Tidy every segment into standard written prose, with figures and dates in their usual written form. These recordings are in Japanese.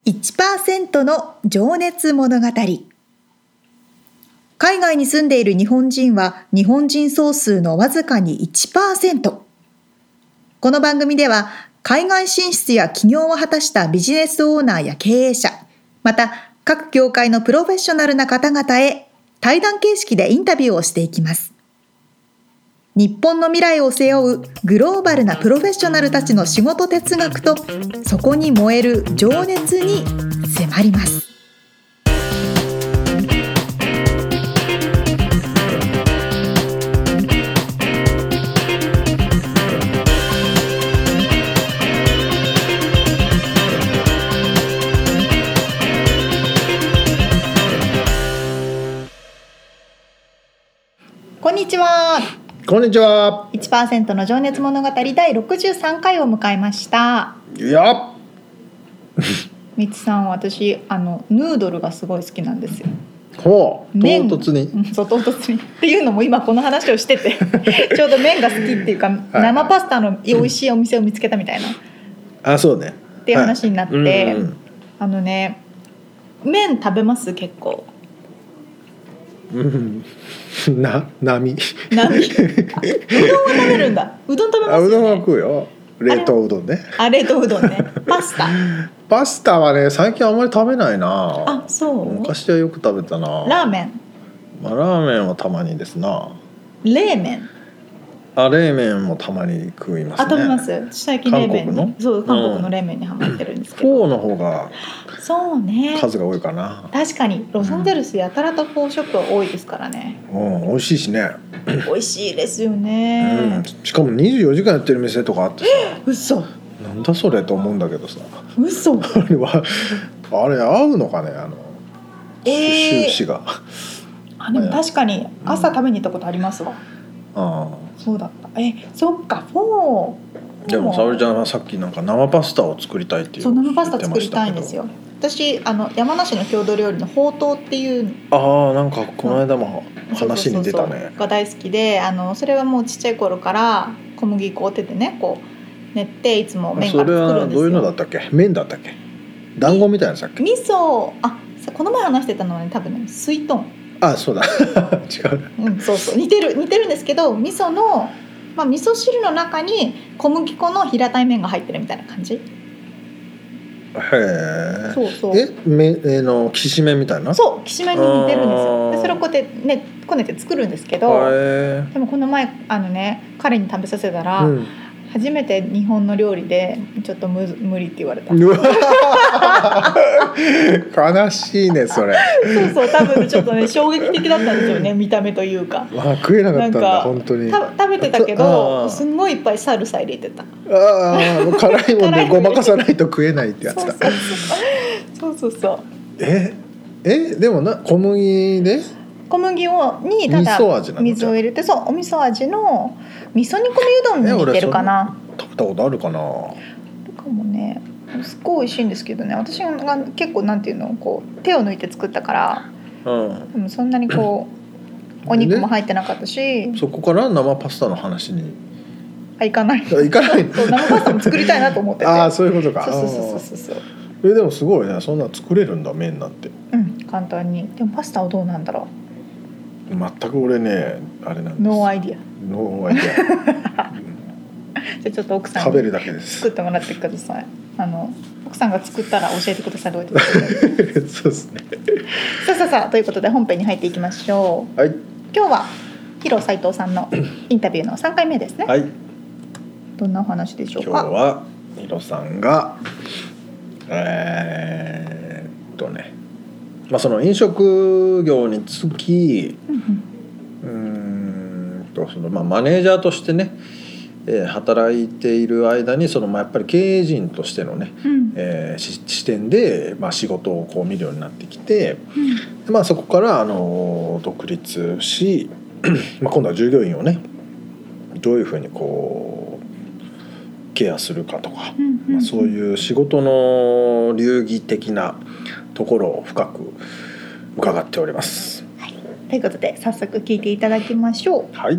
1% の情熱物語。海外に住んでいる日本人は日本人総数のわずかに 1%。この番組では海外進出や起業を果たしたビジネスオーナーや経営者、また各業界のプロフェッショナルな方々へ対談形式でインタビューをしていきます。日本の未来を背負うグローバルなプロフェッショナルたちの仕事哲学とそこに燃える情熱に迫ります。こんにちは。 こんにちは。 1% の情熱物語第63回を迎えました。 いやみつさん、私ヌードルがすごい好きなんですよ。 ほう、唐突に。 そう、唐突にっていうのも今この話をしててちょうど麺が好きっていうか、生パスタの美味しいお店を見つけたみたいなあ、そうねっていう話になって、 はい麺食べます？結構波うどんは食べるんだ。うどん食べますよね。 うどんは食うよ。冷凍うどんね。 冷凍うどんね。 パスタはね、最近あんまり食べないな。 あ、そう。 昔はよく食べたな。 ラーメン。 ラーメンはたまにですな。 冷麺。 冷麺もたまに食いますね。 食べます。最近冷麺のそう韓国の冷麺にハマってるんですけど、 フォーの方がそうね、 数が多いかな。 確かにロサンゼルスやたらとフォーショップは多いですからね。 美味しいしね。 美味しいですよね、 しかも24時間やってる店とかあってさ、 嘘、 なんだそれと思うんだけどさ、 嘘あれ合うのかね、収支が。 でも確かに朝食べに行ったことありますわ。そうだった。そっか、フォー。 でも沙織ちゃんはさっきなんか生パスタを作りたいっていう。 そう、生パスタ作りたいんですよ。私山梨の郷土料理のほうとうっていう、 なんかこの間も話に出たね。 が大好きで、それはもうちっちゃい頃から小麦粉を手でねこう練っていつも麺から作るんですよ。 それはどういうのだったっけ？麺だったっけ？団子みたいなさっけ？ 味噌、この前話してたのはね、多分ね、すいとん。 そうだ違う、 そうそう、似てるんですけど、味噌の、味噌汁の中に小麦粉の平たい麺が入ってるみたいな感じ。 へえ。 そうそう。 きしめんみたいな。 そう、きしめんに似てるんですよ。でそれをこうやってねこねて作るんですけど、でもこの前彼に食べさせたら、初めて日本の料理でちょっと無理って言われた。 悲しいねそれ。 そう多分ちょっとね衝撃的だったんですよね、見た目というか。 食えなかったんだ本当に。 食べてたけどすんごいいっぱいサルサ入れてた。 辛いもんでごまかさないと食えないってやつだ。 そう。 でも小麦で？ 小麦にただ水を入れて、そう、お味噌味の味噌煮込みうどんに似てるかな。 食べたことあるかな。 かもね。すっごい美味しいんですけどね。私が結構なんていうの、こう手を抜いて作ったから、でもそんなにこうお肉も入ってなかったし。 そこから生パスタの話に行かない。 行かない。 生パスタも作りたいなと思ってて。 そういうことか。そうでもすごいね、そんな作れるんだ麺なんて。 簡単に。でもパスタはどうなんだろう。 全く俺ねあれなんです。 ノーアイディア。じゃあちょっと奥さんに食べるだけです作ってもらってください。奥さんが作ったら教えてください。どうやってそうですね。 さあということで本編に入っていきましょう。 はい。 今日はヒロ斉藤さんのインタビューの3回目ですね。 はい。 どんなお話でしょうか。 今日はヒロさんがその飲食業につき、マネージャーとしてね、働いている間にやっぱり経営陣としてのね、視点で、仕事をこう見るようになってきて、そこから独立し、今度は従業員をねどういうふうにこうケアするかとか、そういう仕事の流儀的なところを深く伺っております。 ということで早速聞いていただきましょう。 はい。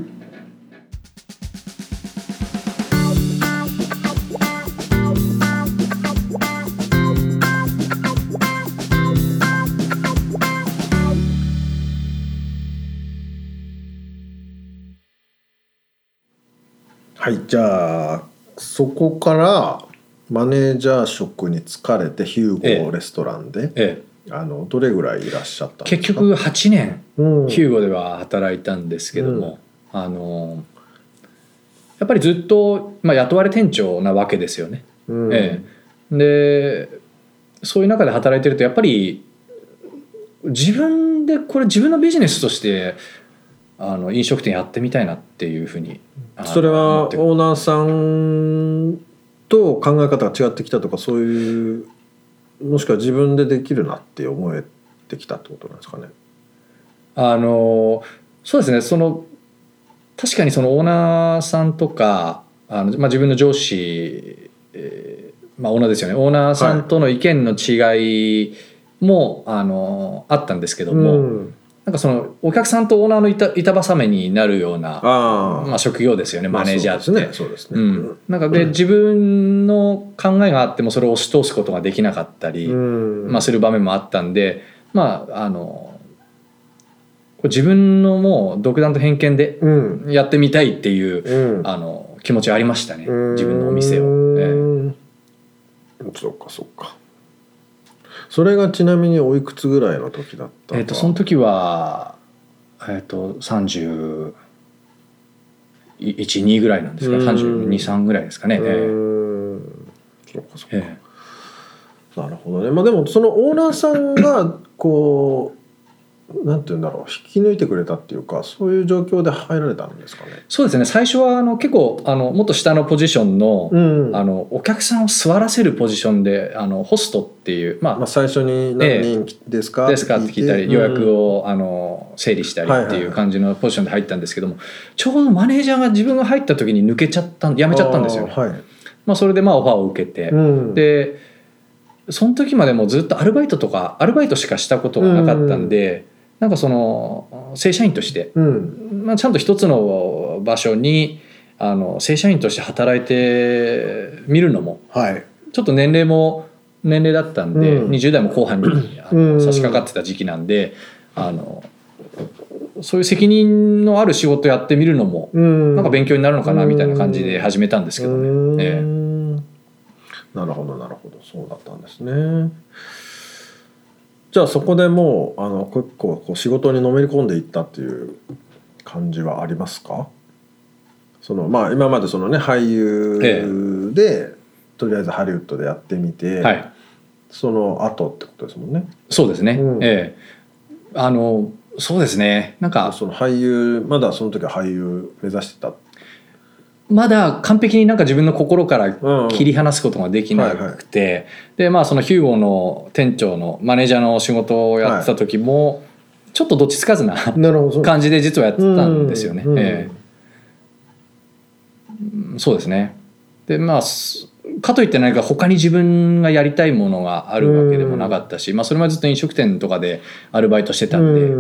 はい、じゃあそこからマネージャー職に就かれてヒューゴレストランで、どれぐらいいらっしゃったんですか？ 結局8年、ヒューゴでは働いたんですけども、やっぱりずっと、雇われ店長なわけですよね。でそういう中で働いてるとやっぱり自分でこれ自分のビジネスとして飲食店やってみたいなっていうふうに。 それはオーナーさんと考え方が違ってきたとか、そういうもしくは自分でできるなって思えてきたってことなんですかね。 そうですね、確かにそのオーナーさんとか自分の上司、オーナーですよね、オーナーさんとの意見の違いも、あったんですけども、なんかそのお客さんとオーナーの板挟みになるような職業ですよね、マネージャーって。 そうですね。 なんかで自分の考えがあってもそれを押し通すことができなかったり、する場面もあったんで、自分のもう独断と偏見でやってみたいっていう、気持ちありましたね、自分のお店を。 そうかそうか。それがちなみにおいくつぐらいの時だったのか。 その時は31、2ぐらいなんですか、32、3ぐらいですかね。 そうかそうか。なるほどね。でもそのオーナーさんがこうなんていうんだろう、引き抜いてくれたっていうか、そういう状況で入られたんですかね。 そうですね、最初は結構もっと下のポジションの、お客さんを座らせるポジションでホストっていう、 最初に何人ですか、 って聞いたり、予約を整理したりっていう感じのポジションで入ったんですけども、ちょうどマネージャーが自分が入った時に辞めちゃったんですよね。それでオファーを受けて、でその時までもずっとアルバイトしかしたことがなかったんで、なんかその正社員として、ちゃんと一つの場所に正社員として働いてみるのも、ちょっと年齢だったんで、20代も後半に差し掛かってた時期なんで、そういう責任のある仕事やってみるのもなんか勉強になるのかなみたいな感じで始めたんですけどね。 なるほどなるほど、そうだったんですね。じゃあそこでもう結構仕事にのめり込んでいったっていう感じはありますか？今までそのね俳優で、とりあえずハリウッドでやってみて、その後ってことですもんね。 そうですね。そうですね。なんかその俳優、まだその時は俳優目指してた。 まだ完璧になんか自分の心から切り離すことができなくて、でそのヒューゴの店長のマネージャーの仕事をやってた時もちょっとどっちつかずな感じで実はやってたんですよね。そうですね。でかといって何か他に自分がやりたいものがあるわけでもなかったし、それまでずっと飲食店とかでアルバイトしてたんで、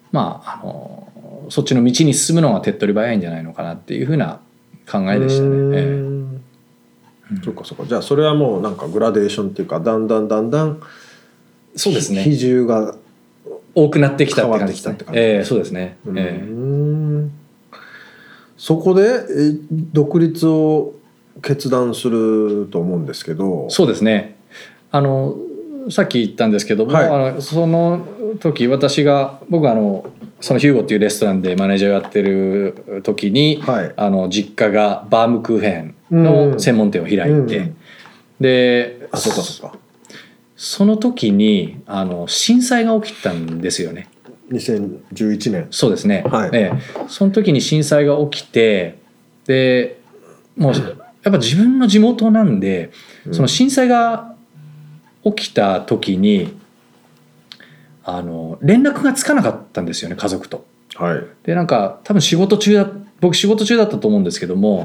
そっちの道に進むのが手っ取り早いんじゃないのかなっていうふうな考えでしたね。 そうかそうか。じゃあそれはもうなんかグラデーションっていうか、だんだんそうですね、 比重が多くなってきたって感じですね。そうですね。 そこで独立を決断すると思うんですけど。 そうですね。さっき言ったんですけども、その時僕そのヒューゴっていうレストランでマネージャーをやってる時に、実家がバームクーヘンの専門店を開いて、でその時に震災が起きたんですよね。 2011年。 そうですね。その時に震災が起きて、でもうやっぱ自分の地元なんで、その震災が起きた時に連絡がつかなかったんですよね、家族と。でなんか多分僕仕事中だったと思うんですけども、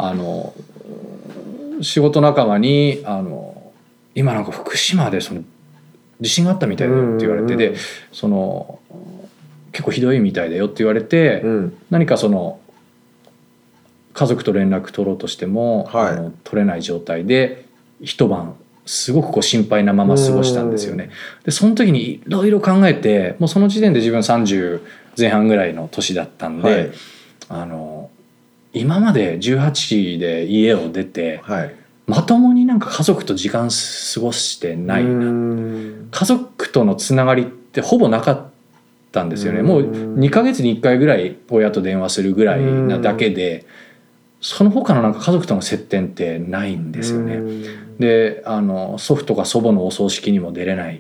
仕事仲間に今なんか福島でその地震があったみたいだよって言われて、で結構ひどいみたいだよって言われて、何かその家族と連絡取ろうとしても、取れない状態で一晩すごく心配なまま過ごしたんですよね。でその時にいろいろ考えて、もうその時点で自分30前半ぐらいの年だったんで、 今まで18で家を出て、 はい、 まともになんか家族と時間過ごしてないな。家族とのつながりってほぼなかったんですよね。もう2ヶ月に1回ぐらい親と電話するぐらいなだけで、その他のなんか家族との接点ってないんですよね。で祖父とか祖母のお葬式にも出れない、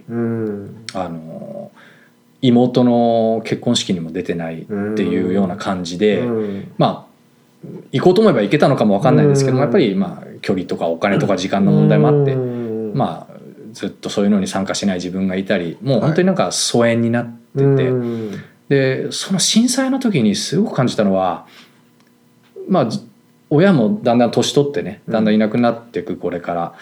妹の結婚式にも出てないっていうような感じで、まあ行こうと思えば行けたのかも分かんないですけども、やっぱりまあ距離とかお金とか時間の問題もあって、まあずっとそういうのに参加しない自分がいたり、もう本当になんか疎遠になってて、でその震災の時にすごく感じたのは、まあ親もだんだん年取ってね、だんだんいなくなっていくこれから、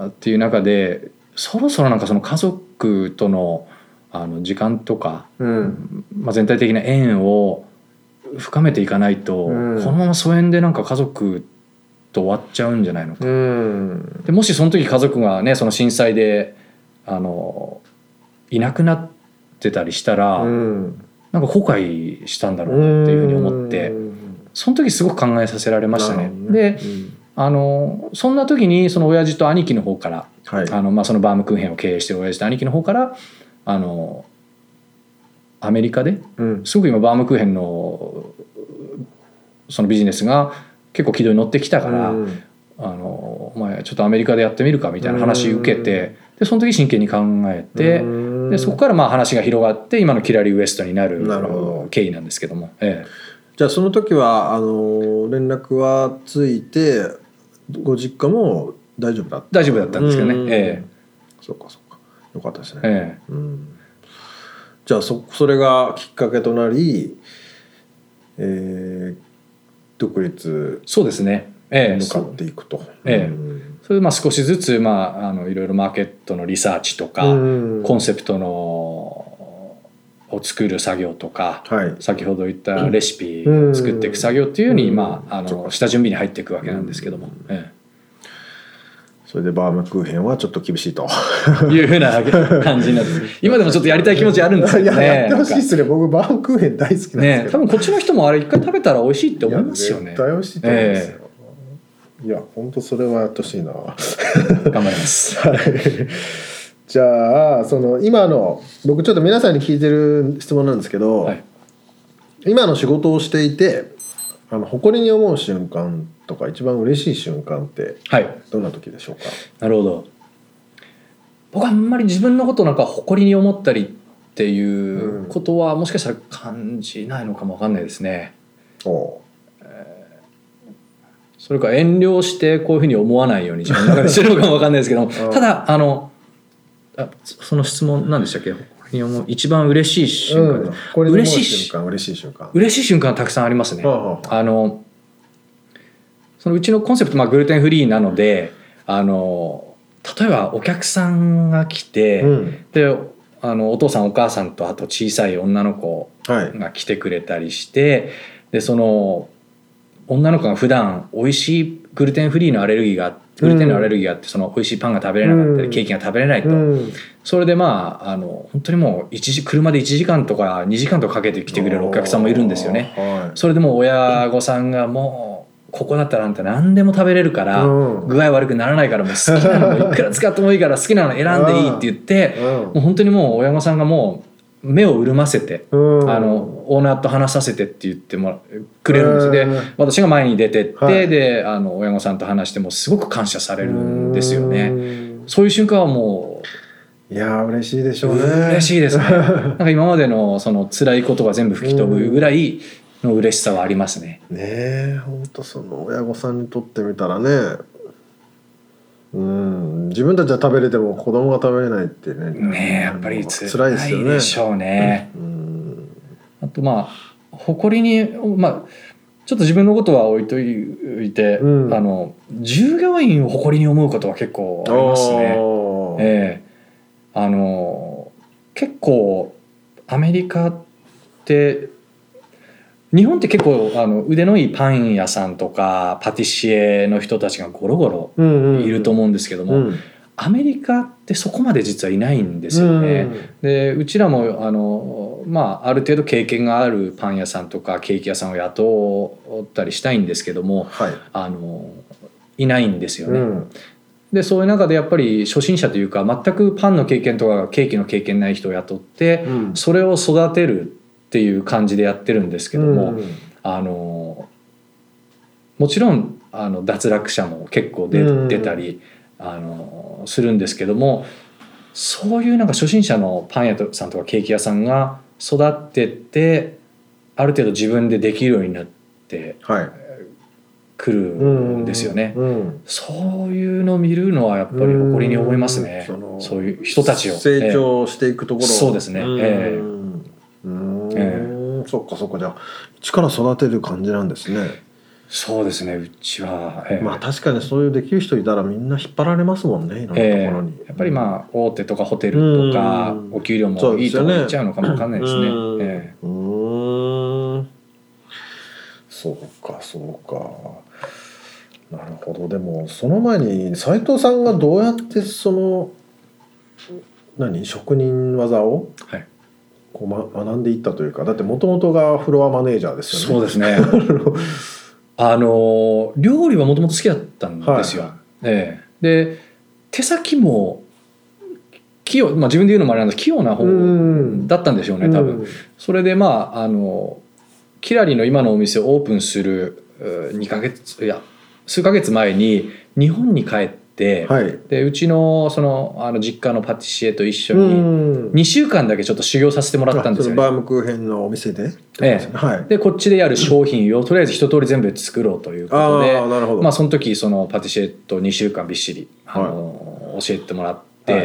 っていう中で、そろそろなんかその家族との時間とか、まあ、全体的な縁を深めていかないと、このまま疎遠でなんか家族と終わっちゃうんじゃないのか。でもしその時家族がねその震災でいなくなってたりしたら、なんか後悔したんだろうなっていうふうに思って、その時すごく考えさせられましたね。で、そんな時にその親父と兄貴の方から、まあ、そのバームクーヘンを経営してる親父と兄貴の方からアメリカですごく今バームクーヘンのそのビジネスが結構軌道に乗ってきたから、お前ちょっとアメリカでやってみるかみたいな話受けて、でその時真剣に考えて、でそこからまあ話が広がって今のキラリウエストになる経緯なんですけども。 じゃあその時は連絡はついてご実家も大丈夫だった？ 大丈夫だったんですけどね。 そうかそうか、よかったですね。じゃあそれがきっかけとなり、独立そうですね、 向かっていくと。 それでまあ少しずついろいろマーケットのリサーチとか、コンセプトを作る作業とか、先ほど言ったレシピを作っていく作業っていうように、下準備に入っていくわけなんですけども、 それでバームクーヘンはちょっと厳しいというふうな感じになって今でもちょっとやりたい気持ちあるんですけどね。 やってほしいですね。僕バームクーヘン大好きなんですけど、 多分こっちの人もあれ一回食べたら美味しいって思いますよね。 絶対美味しいと思いますよ。いや本当それはやってほしいな。 頑張ります。 じゃあ今の僕ちょっと皆さんに聞いてる質問なんですけど、今の仕事をしていて誇りに思う瞬間とか一番嬉しい瞬間ってどんな時でしょうか？ なるほど。僕はあんまり自分のことをなんか誇りに思ったりっていうことはもしかしたら感じないのかもわかんないですね。それか遠慮してこういうふうに思わないように自分の中でしてるのかもわかんないですけどただその質問何でしたっけ？一番嬉しい瞬間、嬉しい瞬間はたくさんありますね。そのうちのコンセプト、グルテンフリーなので例えばお客さんが来て、でお父さんお母さんとあと小さい女の子が来てくれたりして、でその女の子が普段美味しいグルテンフリーのアレルギーがグルテンのアレルギーがあってその美味しいパンが食べれなかったりケーキが食べれないと、それで本当にもう車で1時間とか2時間とかかけて来てくれるお客さんもいるんですよね。それでもう親御さんがもうここだったらあんた何でも食べれるから具合悪くならないからもう好きなのいくら使ってもいいから好きなの選んでいいって言ってもう本当にもう親御さんがもう目を潤ませてオーナーと話させてって言ってくれるんです。で私が前に出てって、で親御さんと話してもすごく感謝されるんですよね。そういう瞬間はもういや嬉しいでしょうね。 嬉しいですね。なんか今までのその辛いことが全部吹き飛ぶぐらいの嬉しさはありますね。 ねえ本当その親御さんにとってみたらね、自分たちは食べれても子供が食べれないってねやっぱり辛いですよね。でしょうね。あと誇りにちょっと自分のことは置いといて、従業員を誇りに思うことは結構ありますね。結構アメリカって日本って結構腕のいいパン屋さんとかパティシエの人たちがゴロゴロいると思うんですけども、 アメリカってそこまで実はいないんですよね。でうちらもある程度経験があるパン屋さんとかケーキ屋さんを雇ったりしたいんですけども、いないんですよね。でそういう中でやっぱり初心者というか全くパンの経験とかケーキの経験ない人を雇って、それを育てるっていう感じでやってるんですけども、もちろん脱落者も結構出たりするんですけども、そういうなんか初心者のパン屋さんとかケーキ屋さんが育ってってある程度自分でできるようになってくるんですよね。そういうのを見るのはやっぱり誇りに思いますね。そういう人たちを成長していくところ、 そうですね。 そっかそっか、じゃあ一から育てる感じなんですね。 そうですね、うちは、 確かにそういうできる人いたらみんな引っ張られますもんね、いろんなところに。 やっぱり大手とかホテルとかお給料もいいとこ行っちゃうのかもわかんないですね。 そうかそうか、なるほど。でもその前に斉藤さんがどうやってその職人技をこう学んでいったというか、だってもともとがフロアマネージャーですよね。 そうですね料理はもともと好きだったんですよ。で手先も器用、自分で言うのもあれなんですけど器用な方だったんでしょうね多分。それでキラリの今のお店をオープンする数ヶ月前に日本に帰って、でうちの実家のパティシエと一緒に2週間だけちょっと修行させてもらったんですよね。 バームクーヘンのお店で、 でこっちでやる商品をとりあえず一通り全部作ろうということで、その時そのパティシエと2週間びっしり教えてもらって、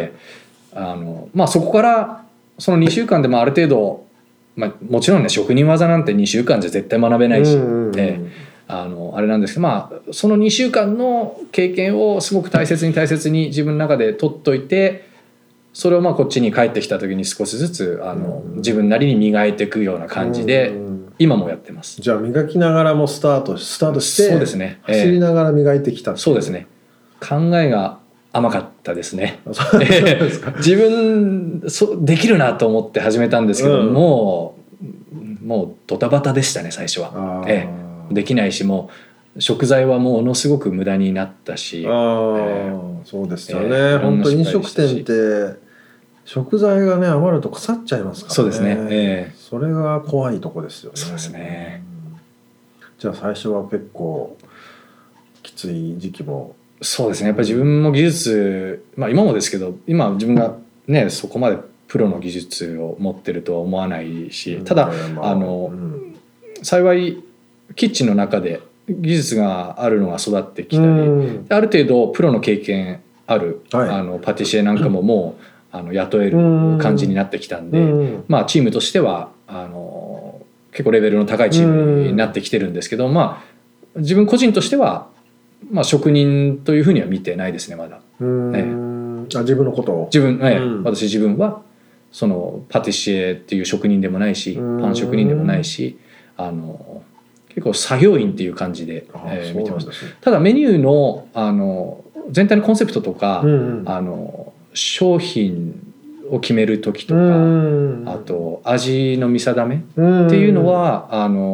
そこからその2週間である程度、もちろんね職人技なんて2週間じゃ絶対学べないし、あれなんですけど、その2週間の経験をすごく大切に自分の中で取っといて、それをこっちに帰ってきた時に少しずつ自分なりに磨いていくような感じで今もやってます。 じゃあ磨きながらもスタートして、 そうですね、 走りながら磨いてきた。 そうですね、考えが甘かったですね自分できるなと思って始めたんですけども、もうドタバタでしたね最初は。できないし、もう食材はものすごく無駄になったし。 そうですよね、本当飲食店って食材がね余ると腐っちゃいますからね。 そうですね、 それが怖いとこですよね。 そうですね、 じゃあ最初は結構きつい時期も。 そうですね、やっぱり自分も技術、今もですけど今自分がねそこまでプロの技術を持ってるとは思わないし、ただ幸いキッチンの中で技術があるのが育ってきたり、ある程度プロの経験ある、パティシエなんかももう雇える感じになってきたんで、チームとしては結構レベルの高いチームになってきてるんですけど、自分個人としては、職人というふうには見てないですねまだ。 自分のことを私自分はそのパティシエっていう職人でもないし、パン職人でもないし、結構作業員っていう感じで見てました。ただメニューの全体のコンセプトとか、商品を決める時とか、あと味の見定めっていうのは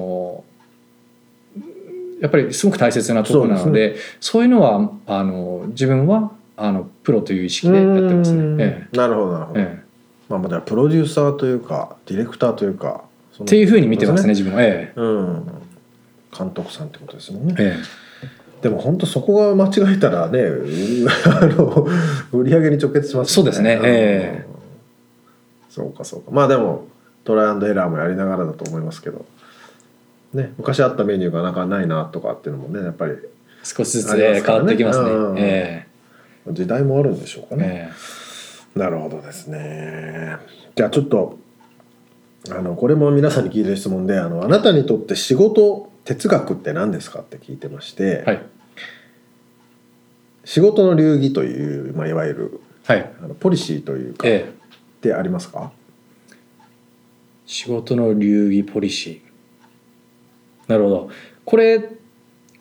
やっぱりすごく大切なところなので、そういうのは自分はプロという意識でやってますね。 なるほどなるほど。じゃあプロデューサーというかディレクターというかっていうふうに見てますね自分は。 監督さんってことですもんね。でも本当そこが間違えたらね売り上げに直結しますよね。そうですね。 そうかそうか。でもトライアンドエラーもやりながらだと思いますけどね、昔あったメニューがないなとかっていうのもねやっぱり少しずつ変わってきますね。 時代もあるんでしょうかね。なるほどですね。じゃあちょっとこれも皆さんに聞いてる質問で、あなたにとって仕事哲学って何ですかって聞いてまして、仕事の流儀という、いわゆる、ポリシーというか、ってありますか？ 仕事の流儀ポリシー。なるほど。これ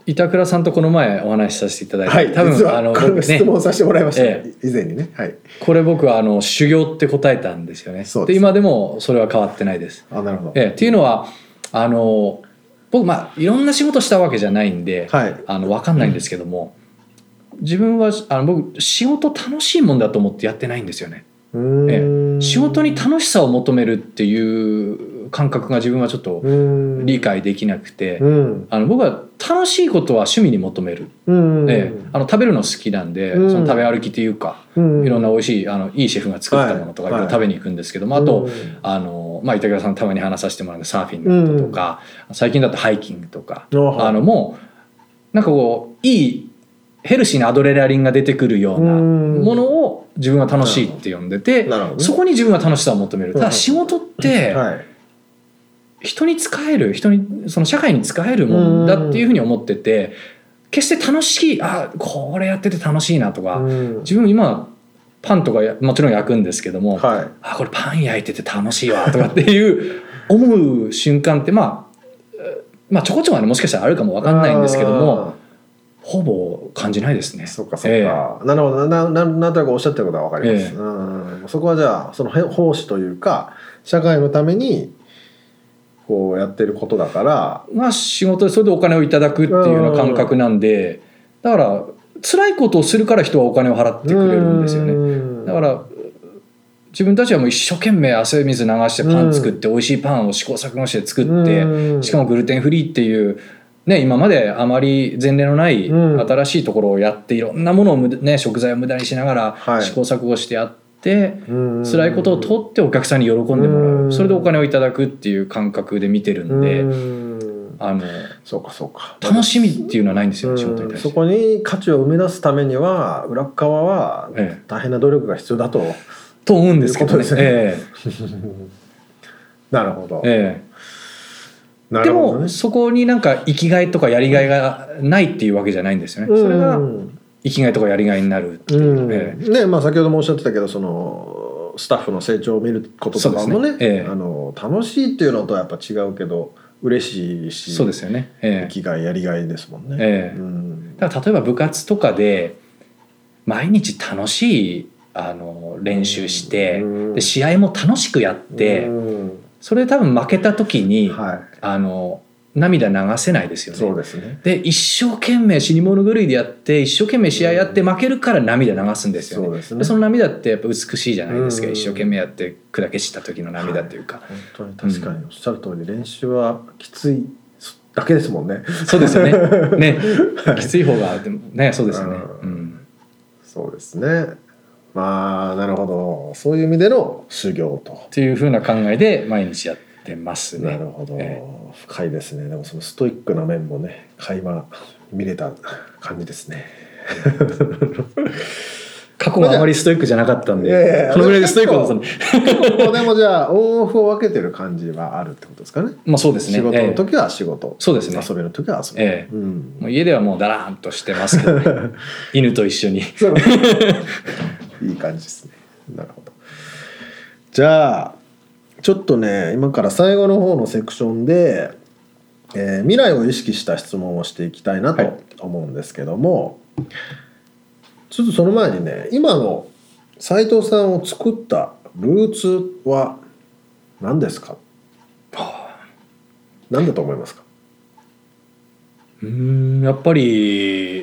板倉さんとこの前お話しさせていただいて、 はい、 多分僕ね質問させてもらいました、ね以前にね、はい、 これ僕は修行って答えたんですよね。で今でもそれは変わってないです。 なるほど。 っていうのは僕いろんな仕事したわけじゃないんで、はい、分かんないんですけども、自分は僕仕事楽しいもんだと思ってやってないんですよね。仕事に楽しさを求めるっていう感覚が自分はちょっと理解できなくて、僕は楽しいことは趣味に求める。食べるの好きなんで、その食べ歩きっていうか、いろんな美味しいいいシェフが作ったものとかいろいろ食べに行くんですけども、あと板倉さんたまに話させてもらうサーフィンのこととか、最近だとハイキングとか、もうなんかこういいヘルシーなアドレナリンが出てくるようなものを自分は楽しいって呼んでて、そこに自分は楽しさを求める。ただ仕事って人に仕える、その社会に仕えるもんだっていうふうに思ってて、決して楽しいこれやってて楽しいなとか、自分今パンとかもちろん焼くんですけども、これパン焼いてて楽しいわとかっていう思う瞬間ってちょこちょこもしかしたらあるかも分かんないんですけども、ほぼ感じないですね。 そうかそうか、なるほど。なんとなくおっしゃってることは分かります。そこはじゃあその奉仕というか社会のためにこうやってることだから、 仕事でそれでお金をいただくっていうような感覚なんで、だから辛いことをするから人はお金を払ってくれるんですよね。だから自分たちはもう一生懸命汗水流してパン作って、美味しいパンを試行錯誤して作って、しかもグルテンフリーっていう今まであまり前例のない新しいところをやって、いろんなものを、食材を無駄にしながら試行錯誤してやって、辛いことを取ってお客さんに喜んでもらう、それでお金をいただくっていう感覚で見てるんで、 そうかそうか、 楽しみっていうのはないんですよ、仕事に対して。 そこに価値を生み出すためには裏側は大変な努力が必要だと思うんですけどね。 なるほど。 でもそこになんか生きがいとかやりがいがないっていうわけじゃないんですよね。それが生きがいとかやりがいになるっていう、 先ほどもおっしゃってたけど、そのスタッフの成長を見ることとかもね、楽しいっていうのとはやっぱ違うけど嬉しいし、 そうですよね、 生きがいやりがいですもんね。 だから例えば部活とかで毎日楽しい練習して、で試合も楽しくやって、それで多分負けた時に、涙流せないですよね。 そうですね。 で一生懸命死に物狂いでやって一生懸命試合やって負けるから涙流すんですよね。そうですね。でその涙ってやっぱ美しいじゃないですか。一生懸命やって砕け散った時の涙っていうか、 本当に確かにおっしゃる通り、練習はきついだけですもんね。 そうですよね。きつい方がね、そうですよね。 そうですね。なるほど、そういう意味での修行というふうな考えで毎日やってますね。 なるほど、深いですね。でもそのストイックな面もね、垣間見れた感じですね。 過去はあまりストイックじゃなかったんで、このぐらいでストイックだったんで。 でもじゃあオンオフを分けてる感じはあるってことですかね。 そうですね。 仕事の時は仕事、 そうですね。 遊びの時は遊び。 もう家ではもうだらーんとしてますけど、ね、犬と一緒に。 いい感じですね。なるほど。じゃあちょっとね、今から最後の方のセクションで、未来を意識した質問をしていきたいなと思うんですけども、ちょっとその前にね、今の斉藤さんを作ったルーツは何ですか？何だと思いますか？ やっぱり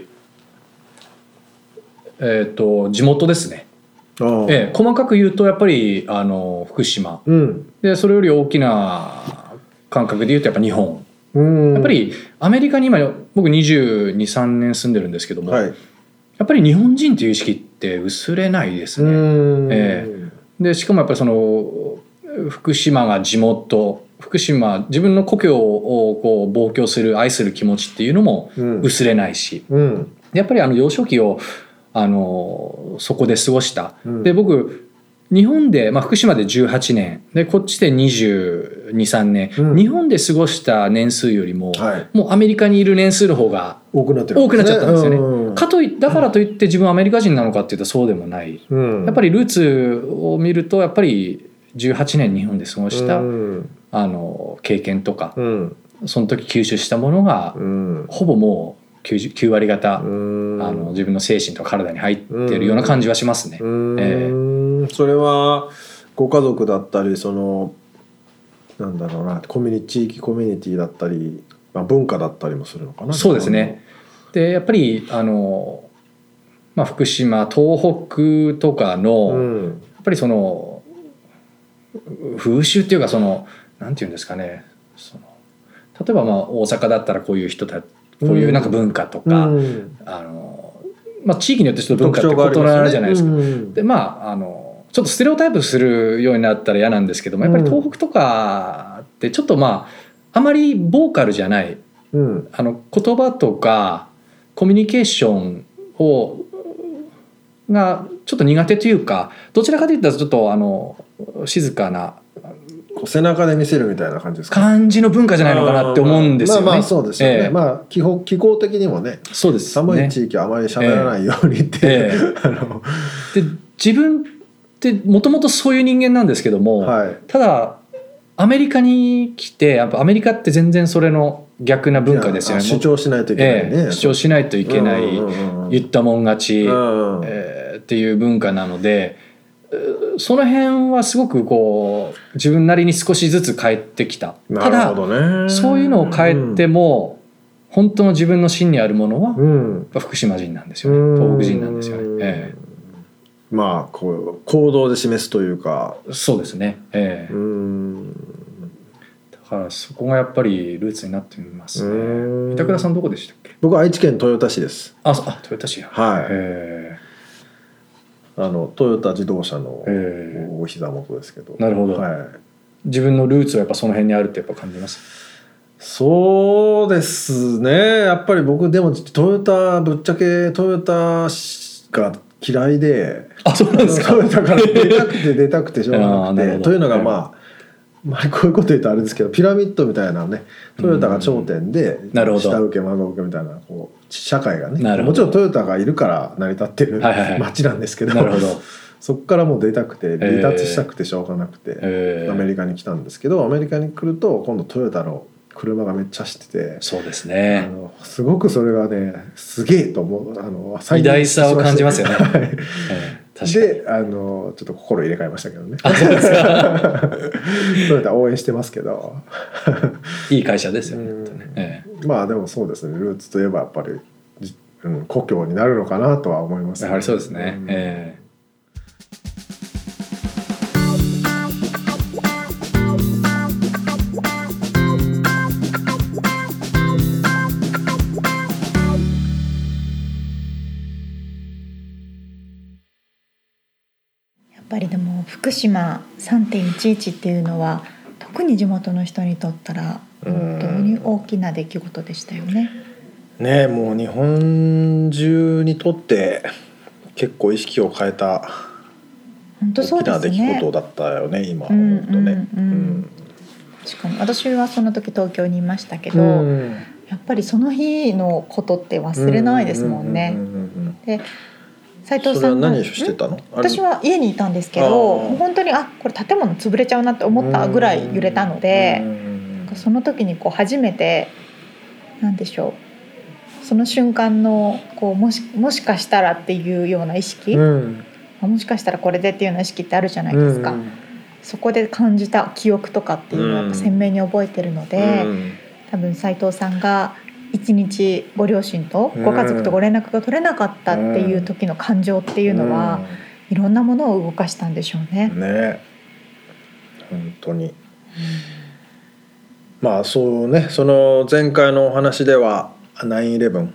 地元ですね。細かく言うとやっぱり福島、でそれより大きな感覚で言うとやっぱ日本、やっぱりアメリカに今僕22、3年住んでるんですけども、やっぱり日本人という意識って薄れないですね。でしかもやっぱりその福島が地元、福島自分の故郷をこう望郷する愛する気持ちっていうのも薄れないし、やっぱり幼少期をそこで過ごした。で僕日本で、福島で18年でこっちで22、3年、日本で過ごした年数よりも、もうアメリカにいる年数の方が多くなっちゃったんですよね。だからといって自分はアメリカ人なのかっていうとそうでもない。やっぱりルーツを見るとやっぱり18年日本で過ごした、経験とか、その時吸収したものが、ほぼもう 9割方自分の精神と体に入ってるような感じはしますね。 それはご家族だったりなんだろうな地域コミュニティだったり、文化だったりもするのかな。 そうですね。でやっぱり福島東北とかの、やっぱりその風習っていうかなんていうんですかね、例えば大阪だったらこういう人こういうなんか文化とか、地域によってちょっと文化って異なるじゃないですか。でちょっとステレオタイプするようになったら嫌なんですけども、やっぱり東北とかってちょっとあまりボーカルじゃない、言葉とかコミュニケーションがちょっと苦手というか、どちらかといったらちょっと静かな背中で見せるみたいな感じですか、 感じの文化じゃないのかなって思うんですよね。 そうですよね。気候的にもね、 そうですね、 寒い地域はあまり喋らないようにって、 で自分ってもともとそういう人間なんですけども、ただアメリカに来てやっぱアメリカって全然それの逆な文化ですよね。 主張しないといけないね、 主張しないといけない、言ったもん勝ち、っていう文化なので、その辺はすごく自分なりに少しずつ変えてきた。ただそういうのを変えても、本当の自分の芯にあるものは、福島人なんですよね、東北人なんですよね。 行動で示すというか。 そうですね。だからそこがやっぱりルーツになっていますね。板倉さんどこでしたっけ？ 僕は愛知県豊田市です。 豊田市。 トヨタ自動車のお膝元ですけど。 なるほど。自分のルーツはやっぱその辺にあるってやっぱ感じます？ そうですね。やっぱり僕でもぶっちゃけトヨタが嫌いで。 そうなんですか。 トヨタから出たくてしょうがなくて。というのがこういうこと言うとあれですけど、ピラミッドみたいなね、トヨタが頂点で下請け孫請けみたいな社会がね、もちろんトヨタがいるから成り立ってる街なんですけど、そこからもう出たくて離脱したくてしょうがなくてアメリカに来たんですけど、アメリカに来ると今度トヨタの車がめっちゃ走ってて、 そうですね、 すごくそれがねすげえと思う、 偉大さを感じますよね。 でちょっと心入れ替えましたけどね。トヨタ応援してますけどいい会社ですよね。 でもそうですね、ルーツといえばやっぱり、故郷になるのかなとは思いますね。 やはりそうですね。 やっぱりでも福島 3.11 っていうのは特に地元の人にとったら本当に大きな出来事でしたよね。 もう日本中にとって結構意識を変えた大きな出来事だったよね、今本当ね。 確かに私はその時東京にいましたけど、やっぱりその日のことって忘れないですもんね。で斉藤さん何してたの？ 私は家にいたんですけど、もう本当にこれ建物潰れちゃうなって思ったぐらい揺れたので、その時に初めて何でしょう、その瞬間のもしかしたらっていうような意識、もしかしたらこれでっていうような意識ってあるじゃないですか。そこで感じた記憶とかっていうのはやっぱ鮮明に覚えてるので、多分斉藤さんが一日ご両親とご家族とご連絡が取れなかったっていう時の感情っていうのは、いろんなものを動かしたんでしょうね。 本当に。そうね、その前回のお話では 9/11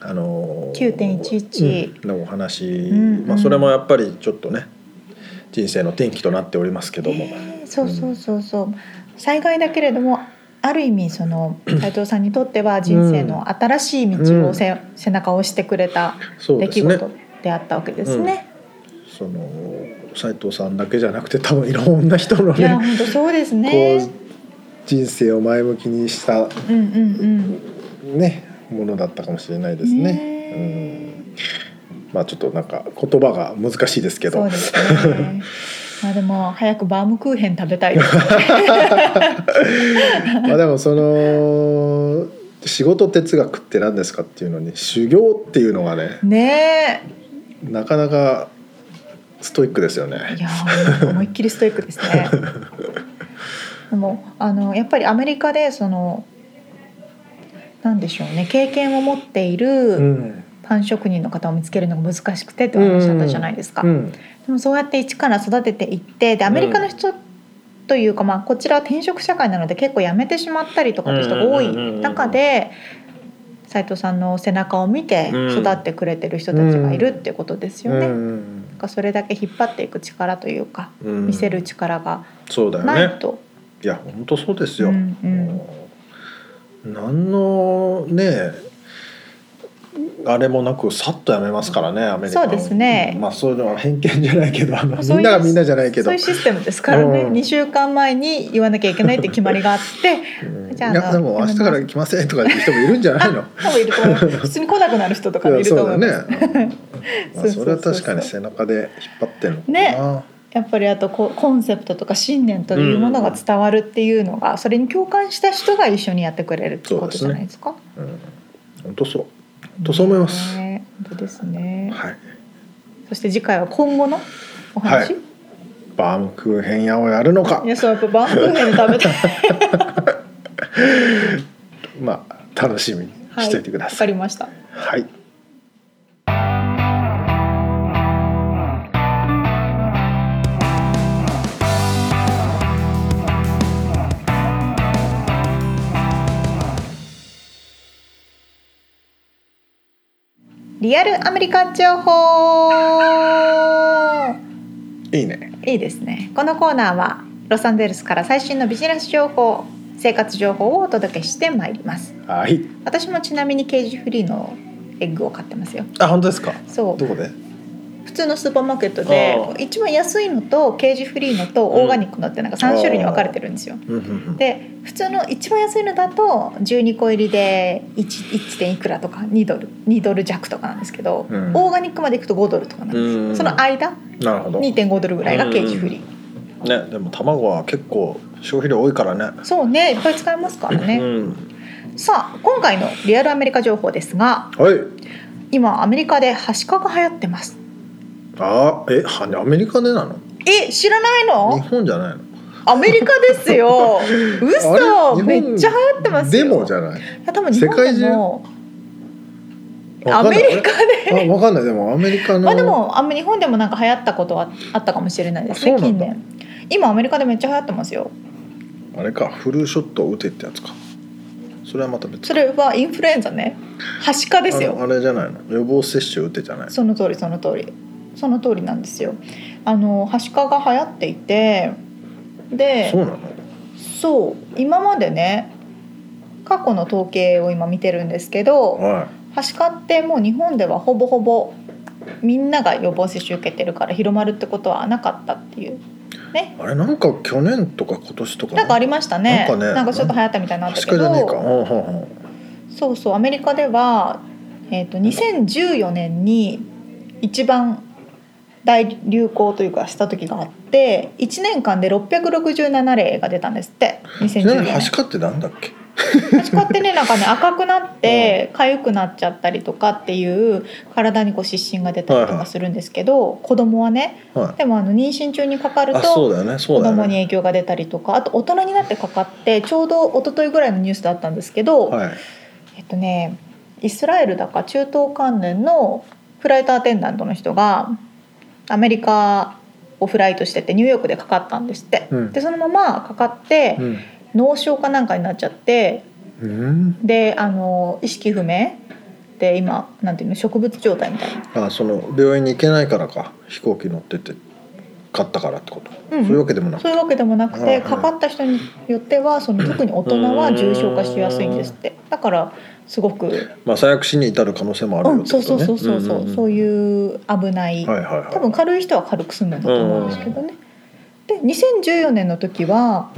9.11 のお話、それもやっぱりちょっとね人生の転機となっておりますけども、 そう災害だけれどもある意味その斉藤さんにとっては人生の新しい道を背中を押してくれた出来事であったわけですね。 その斉藤さんだけじゃなくて多分いろんな人のね、 いや本当そうですね、 人生を前向きにしたねものだったかもしれないですね。ちょっとなんか言葉が難しいですけど。そうですね。 でも早くバームクーヘン食べたいです。 でもその仕事哲学って何ですかっていうのに修行っていうのがねなかなかストイックですよね。 いや思いっきりストイックですねでもやっぱりアメリカでなんでしょうね、経験を持っているパン職人の方を見つけるのが難しくてってお話だったじゃないですか、でもそうやって一から育てていって、でアメリカの人というか、こちらは転職社会なので結構辞めてしまったりとかって人が多い中で、斉藤さんの背中を見て育ってくれてる人たちがいるってことですよね、それだけ引っ張っていく力というか、見せる力がないと、 いや本当そうですよ、何のねあれもなくさっとやめますからね、アメリカ。 そうですね、 そういうのは偏見じゃないけどみんながみんなじゃないけどそういうシステムですからね、2週間前に言わなきゃいけないって決まりがあって、 じゃあでも明日から来ませんとかって人もいるんじゃないの多分いると思う普通に来なくなる人とかもいると思います。 それは確かに背中で引っ張ってるのかな、 ね、やっぱりあとコンセプトとか信念というものが伝わるっていうのが、それに共感した人が一緒にやってくれるってことじゃないですか。 本当そうとそう思います。 本当ですね、 はい、 そして次回は今後のお話、 バームクーヘン屋をやるのか。 いや、そう、やっぱバームクーヘンで食べたい楽しみにしておいてください。 わかりました。 はい。 リアルアメリカ情報。 いいね。 いいですね。このコーナーはロサンゼルスから最新のビジネス情報、生活情報をお届けしてまいります。 はい。 私もちなみにケージフリーのエッグを買ってますよ。 あ、本当ですか。 そう。 どこで？ 普通のスーパーマーケットで一番安いのとケージフリーのとオーガニックのってなんか3種類に分かれてるんですよ。で普通の一番安いのだと12個入りで 1. 点いくらとか2ドル弱とかなんですけど、オーガニックまでいくと5ドルとかなんですよ。その間 2.5 ドルぐらいがケージフリー、ね、でも卵は結構消費量多いからね。 そうね、いっぱい使えますからね、さあ今回のリアルアメリカ情報ですが、今アメリカではしかが流行ってます。 アメリカでなの？ 知らないの？ 日本じゃないの？ アメリカですよ。嘘、めっちゃ流行ってますよ。 でもじゃない？ 多分日本でもアメリカで分かんない。でもアメリカのでも日本でもなんか流行ったことはあったかもしれないですね、近年。今アメリカでめっちゃ流行ってますよ。 あれか、フルショットを打てってやつか。それはまた別。 それはインフルエンザね。はしかですよ。 あれじゃないの？予防接種打てじゃない？ その通りなんですよ。はしかが流行っていて、で、 そうなの？ そう、今までね、過去の統計を今見てるんですけど、はしかってもう日本ではほぼほぼみんなが予防接種受けてるから広まるってことはなかったっていうね。 あれなんか去年とか今年とかなんかありましたね。なんかちょっと流行ったみたいになったけど、そうそう、アメリカでは、2014年に一番大流行というかした時があって、1年間で667例が出たんですって。2014年。 はしかってなんだっけ？ はしかってね、なんかね、赤くなって痒くなっちゃったりとかっていう体に湿疹が出たりとかするんですけど、子供はね、でも妊娠中にかかると子供に影響が出たりとか、あと大人になってかかって、ちょうど一昨日ぐらいのニュースだったんですけど、イスラエルだか中東関連のフライトアテンダントの人がアメリカをフライトしててニューヨークでかかったんですって、でそのままかかって、脳症かなんかになっちゃって、で意識不明で今なんていうの、植物状態みたいな。 その病院に行けないからか、飛行機乗っててかったからってこと？そういうわけでもなくて。 そういうわけでもなくて、かかった人によっては特に大人は重症化しやすいんですって。だからすごく最悪死に至る可能性もあるよってことね。 そういう危ない、多分軽い人は軽く済むんだと思うんですけどね。で2014年の時は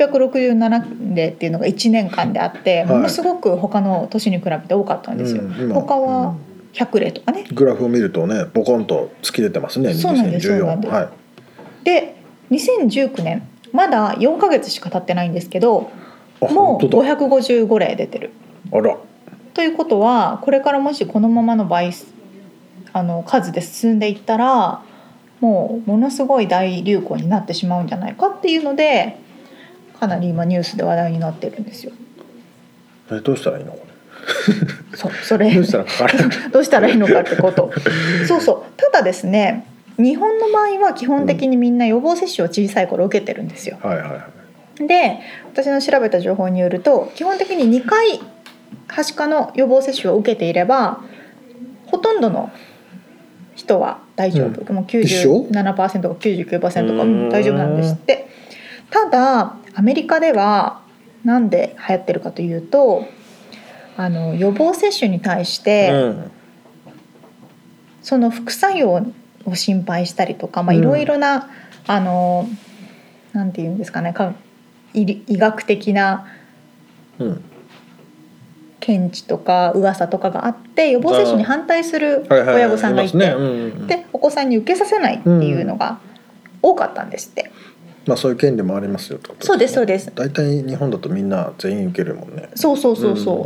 667例っていうのが1年間であって、ものすごく他の年に比べて多かったんですよ。他は100例とかね。 グラフを見るとね、ボコンと突き出てますね。 そうなんです。で2019年、まだ4ヶ月しか経ってないんですけど、もう555例出てる。 あら。 ということはこれからもしこのままの倍数で進んでいったらもうものすごい大流行になってしまうんじゃないかっていうのでかなり今ニュースで話題になってるんですよ。 どうしたらいいのこれそれどうしたらかかるどうしたらいいのかってことそうそう。ただですね日本の場合は基本的にみんな予防接種を小さい頃受けてるんですよ。 はいはいはい。 で私の調べた情報によると基本的に2回はしかの予防接種を受けていればほとんどの人は大丈夫、もう 97% か 99% か大丈夫なんですって。ただアメリカではなんで流行ってるかというと予防接種に対して、その副作用を心配したりとかいろいろななんていうんですかね医学的な見地とか噂とかがあって予防接種に反対する親御さんがいて、でお子さんに受けさせないっていうのが多かったんですって。 まあそういう権利もありますよってことですね。 そうですそうです。 大体日本だとみんな全員受けるもんね。 そう、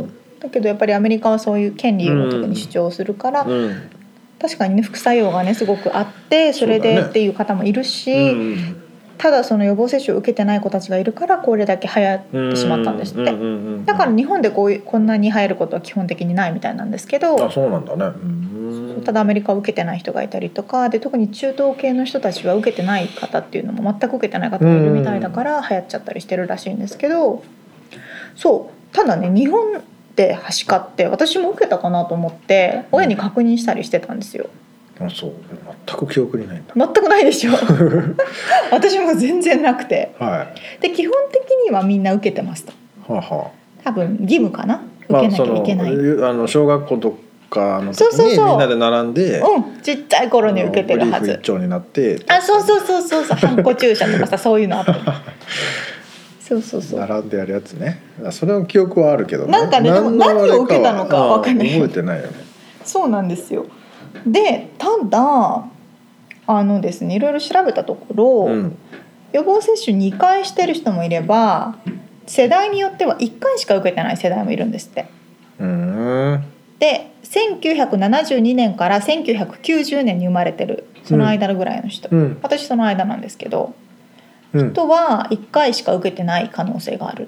だけどやっぱりアメリカはそういう権利を特に主張するから、確かにね副作用がねすごくあってそれでっていう方もいるし、ただその予防接種を受けてない子たちがいるからこれだけ流行ってしまったんですって。だから日本でこんなに流行ることは基本的にないみたいなんですけど。 あ、そうなんだね。 ただアメリカは受けてない人がいたりとかで、特に中東系の人たちは受けてない方っていうのも全く受けてない方がいるみたいだから流行っちゃったりしてるらしいんですけど、そうただね日本ではしかって私も受けたかなと思って親に確認したりしてたんですよ。 あ、そう全く記憶にないんだ。 全くないでしょ私も全然なくて、で基本的にはみんな受けてますと、多分義務かな、受けなきゃいけない、 小学校とかの時にみんなで並んで、 ちっちゃい頃に受けてるはず。 ブリーフ一丁になって、 そうハンコ注射とかさそういうのあったそう並んでやるやつね。それの記憶はあるけどね。 なんかねでも何を受けたのか分かんない。 覚えてないよね。 そうなんですよ。でただですねいろいろ調べたところ、予防接種2回してる人もいれば世代によっては1回しか受けてない世代もいるんですって。で1972年から1990年に生まれてるその間のぐらいの人、私その間なんですけど、人は1回しか受けてない可能性があるって。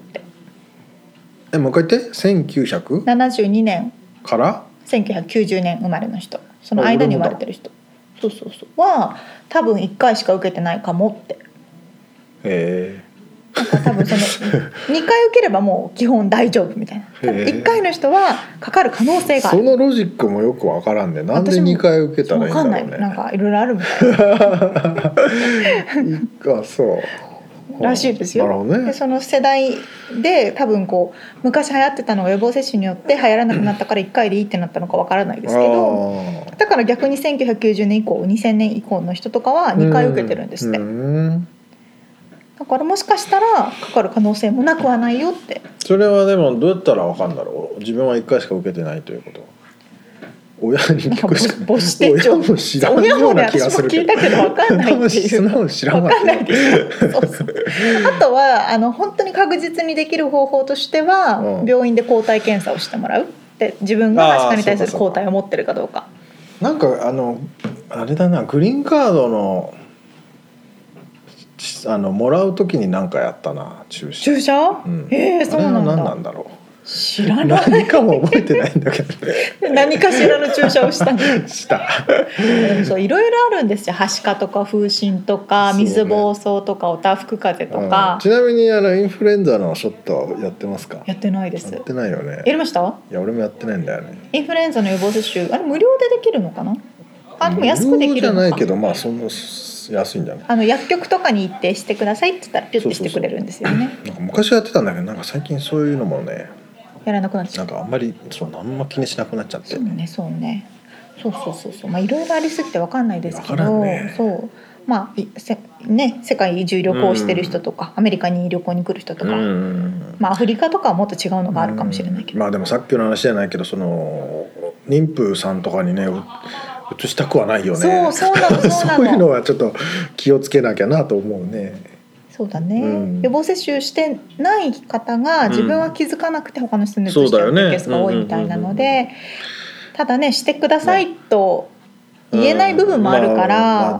もう一回言って。1972 年から 1990年生まれの人、その間に生まれてる人は多分1回しか受けてないかもって。なんか多分その2回受ければもう基本大丈夫みたいな。1回の人はかかる可能性がある。 そのロジックもよくわからんで、なんで2回受けたらいいんだろうね。 分かんない。なんかいろいろあるみたいなそうらしいですよ。 なるほどね。 でその世代で多分昔流行ってたのが予防接種によって流行らなくなったから1回でいいってなったのかわからないですけど、だから逆に1990年以降2000年以降の人とかは2回受けてるんですって。だからもしかしたらかかる可能性もなくはないよって。 それはでもどうやったらわかるんだろう。自分は1回しか受けてないということ。親に聞くしか母子手帳。 親も知らんような気がするけど。 親もね、私も聞いたけど分かんないっていう。 素直に知らんわけ。 分かんないです。あとは本当に確実にできる方法としては、病院で抗体検査をしてもらう。で自分がはしかに対する抗体を持ってるかどうか。 なんかあれだな、グリーンカードのもらうときに何かやったな、注射。そうなんだ。あれは何なんだろう。 知らない。 何かも覚えてないんだけど何かしらの注射をしたの。 したそういろいろあるんですよ。はしかとか風疹とか水疱瘡とかおたふく風邪とか、 ちなみにインフルエンザのショットやってますか？ やってないです。 やってないよね。 やりました？ いや俺もやってないんだよね。 インフルエンザの予防接種無料でできるのかな？でも安くできるのか。 無料じゃないけどそんな安いんじゃない？薬局とかに行ってしてくださいって言ったらピュッてしてくれるんですよね。 なんか昔やってたんだけど、なんか最近そういうのもねやらなくなっちゃう。 なんかあんまり何も気にしなくなっちゃって。そうね。いろいろありすぎて分かんないですけど、世界中旅行してる人とか、アメリカに旅行に来る人とか、アフリカとかはもっと違うのがあるかもしれないけど、 でもさっきの話じゃないけど、妊婦さんとかにね移したくはないよね。そういうのはちょっと気をつけなきゃなと思うね。 そうだね、予防接種してない方が自分は気づかなくて他の人にうつしちゃうケースが多いみたいなので、ただねしてくださいと言えない部分もあるから、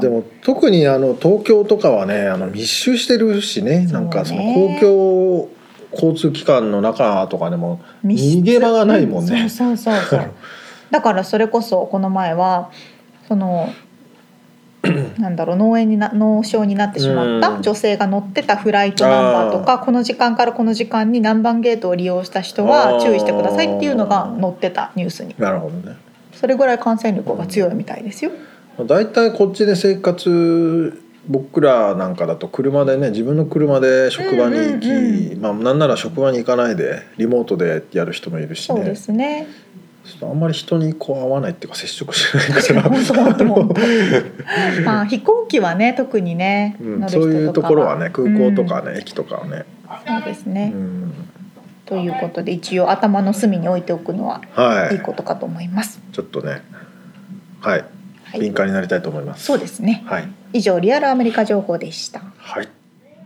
でも特に東京とかはね密集してるしね、なんかその公共交通機関の中とかでも逃げ場がないもんね。 そうだからそれこそこの前はそのなんだろう脳症になってしまった女性が乗ってたフライトナンバーとか、この時間からこの時間に何番ゲートを利用した人は注意してくださいっていうのが載ってたニュースに。 なるほどね。 それぐらい感染力が強いみたいですよ。 だいたいこっちで生活僕らなんかだと車でね、自分の車で職場に行き、なんなら職場に行かないでリモートでやる人もいるしね。 そうですね。 あんまり人にこう会わないっていうか接触しないから本当飛行機はね特にね、 そういうところはね、空港とかね、駅とかはね。 そうですね、ということで一応頭の隅に置いておくのはいいことかと思います。 ちょっとね、敏感になりたいと思います。 そうですね、以上リアルアメリカ情報でした。 はい。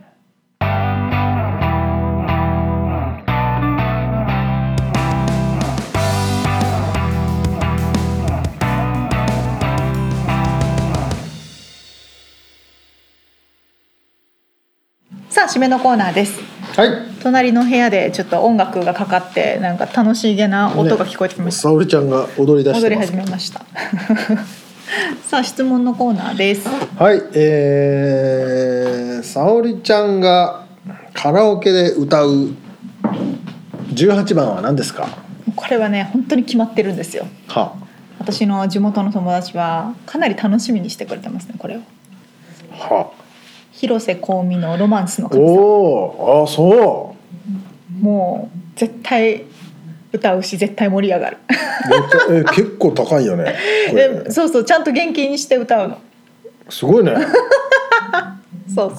さあ締めのコーナーです。 はい。 隣の部屋でちょっと音楽がかかってなんか楽しげな音が聞こえてきました。 沙織ちゃんが踊り出してます。 踊り始めました。さあ質問のコーナーです。 はい。沙織ちゃんがカラオケで歌う18番は何ですか？ これはね本当に決まってるんですよ。私の地元の友達はかなり楽しみにしてくれてますねこれを。広瀬香美のロマンスの神様。 そう。 もう絶対歌うし絶対盛り上がる。 結構高いよね。 そうちゃんと元気にして歌うの。 すごいね。 そう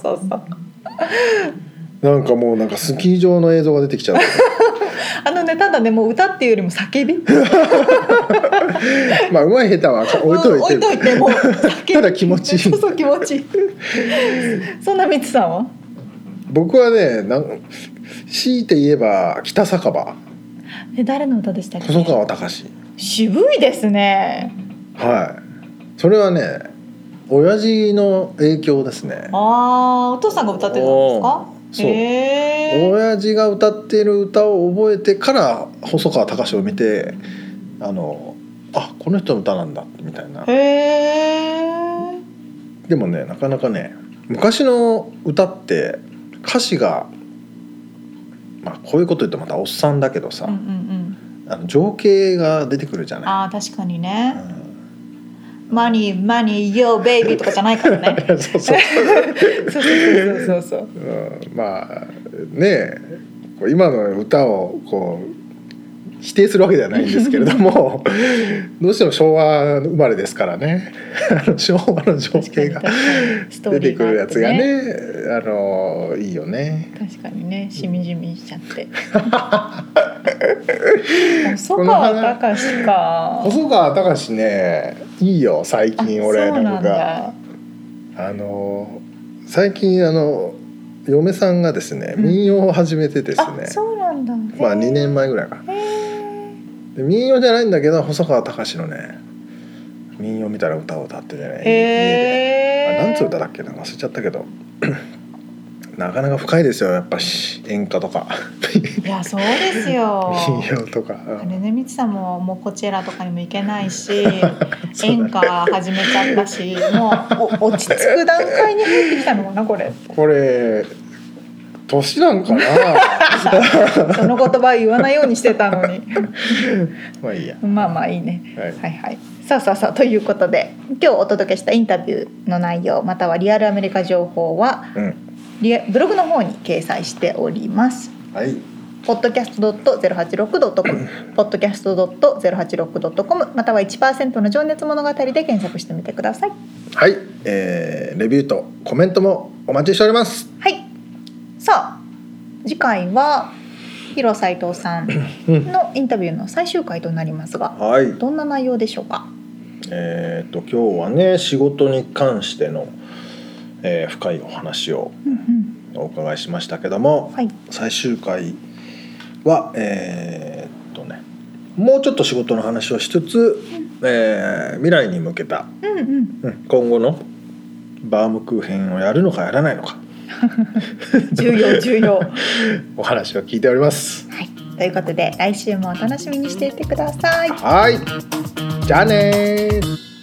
なんかもうなんかスキー場の映像が出てきちゃう。 ただねもう歌っていうよりも叫び。 まあ上手い下手は置いといてもう叫び。 ただ気持ちいい。 そう気持ちいい。そんなみつさんは？ 僕はね強いて言えば北酒場。 誰の歌でしたっけ？ 細川たかし。 渋いですね。 それはね親父の影響ですね。 お父さんが歌ってたんですか？ そう、親父が歌っている歌を覚えてから細川たかしを見てこの人の歌なんだみたいな。でもねなかなかね昔の歌って歌詞がこういうこと言ってまたおっさんだけどさ、情景が出てくるじゃない。確かにね、マニーマニーヨーベイビーとかじゃないからね。そうまあね今の歌をこう否定するわけではないんですけれどもどうしても昭和生まれですからね昭和の情景が出てくるやつがねいいよね。 確かにねしみじみしちゃって細川たかしか。 細川たかしねいいよ最近俺なんか最近嫁さんがですね民謡を始めてですね。 そうなんだ。 2年前ぐらいかな。民謡じゃないんだけど細川たかしのね民謡みたいな歌を歌ってね、家で何つう歌だっけな忘れちゃったけどなかなか深いですよやっぱし演歌とか。 いやそうですよ。 民謡とか。 みつさんもうこちらとかにも行けないし演歌始めちゃったしもう落ち着く段階に入ってきたのかなこれ年なんかな。 その言葉言わないようにしてたのに。 まあいいや。 まあいいね。はいさあということで今日お届けしたインタビューの内容またはリアルアメリカ情報は、ブログの方に掲載しております。podcast.086.com podcast.086.com または 1% の情熱物語で検索してみてください。 はい、レビューとコメントもお待ちしております。 さあ次回は広斉藤さんのインタビューの最終回となりますが、どんな内容でしょうか？ 今日はね仕事に関しての、深いお話を、 伺いしましたけども、 はい、 最終回はもうちょっと仕事の話をしつつ、未来に向けた、今後のバームクーヘンをやるのかやらないのか重要お話を聞いております。 はい、ということで来週もお楽しみにしていてください。 はい、じゃあね。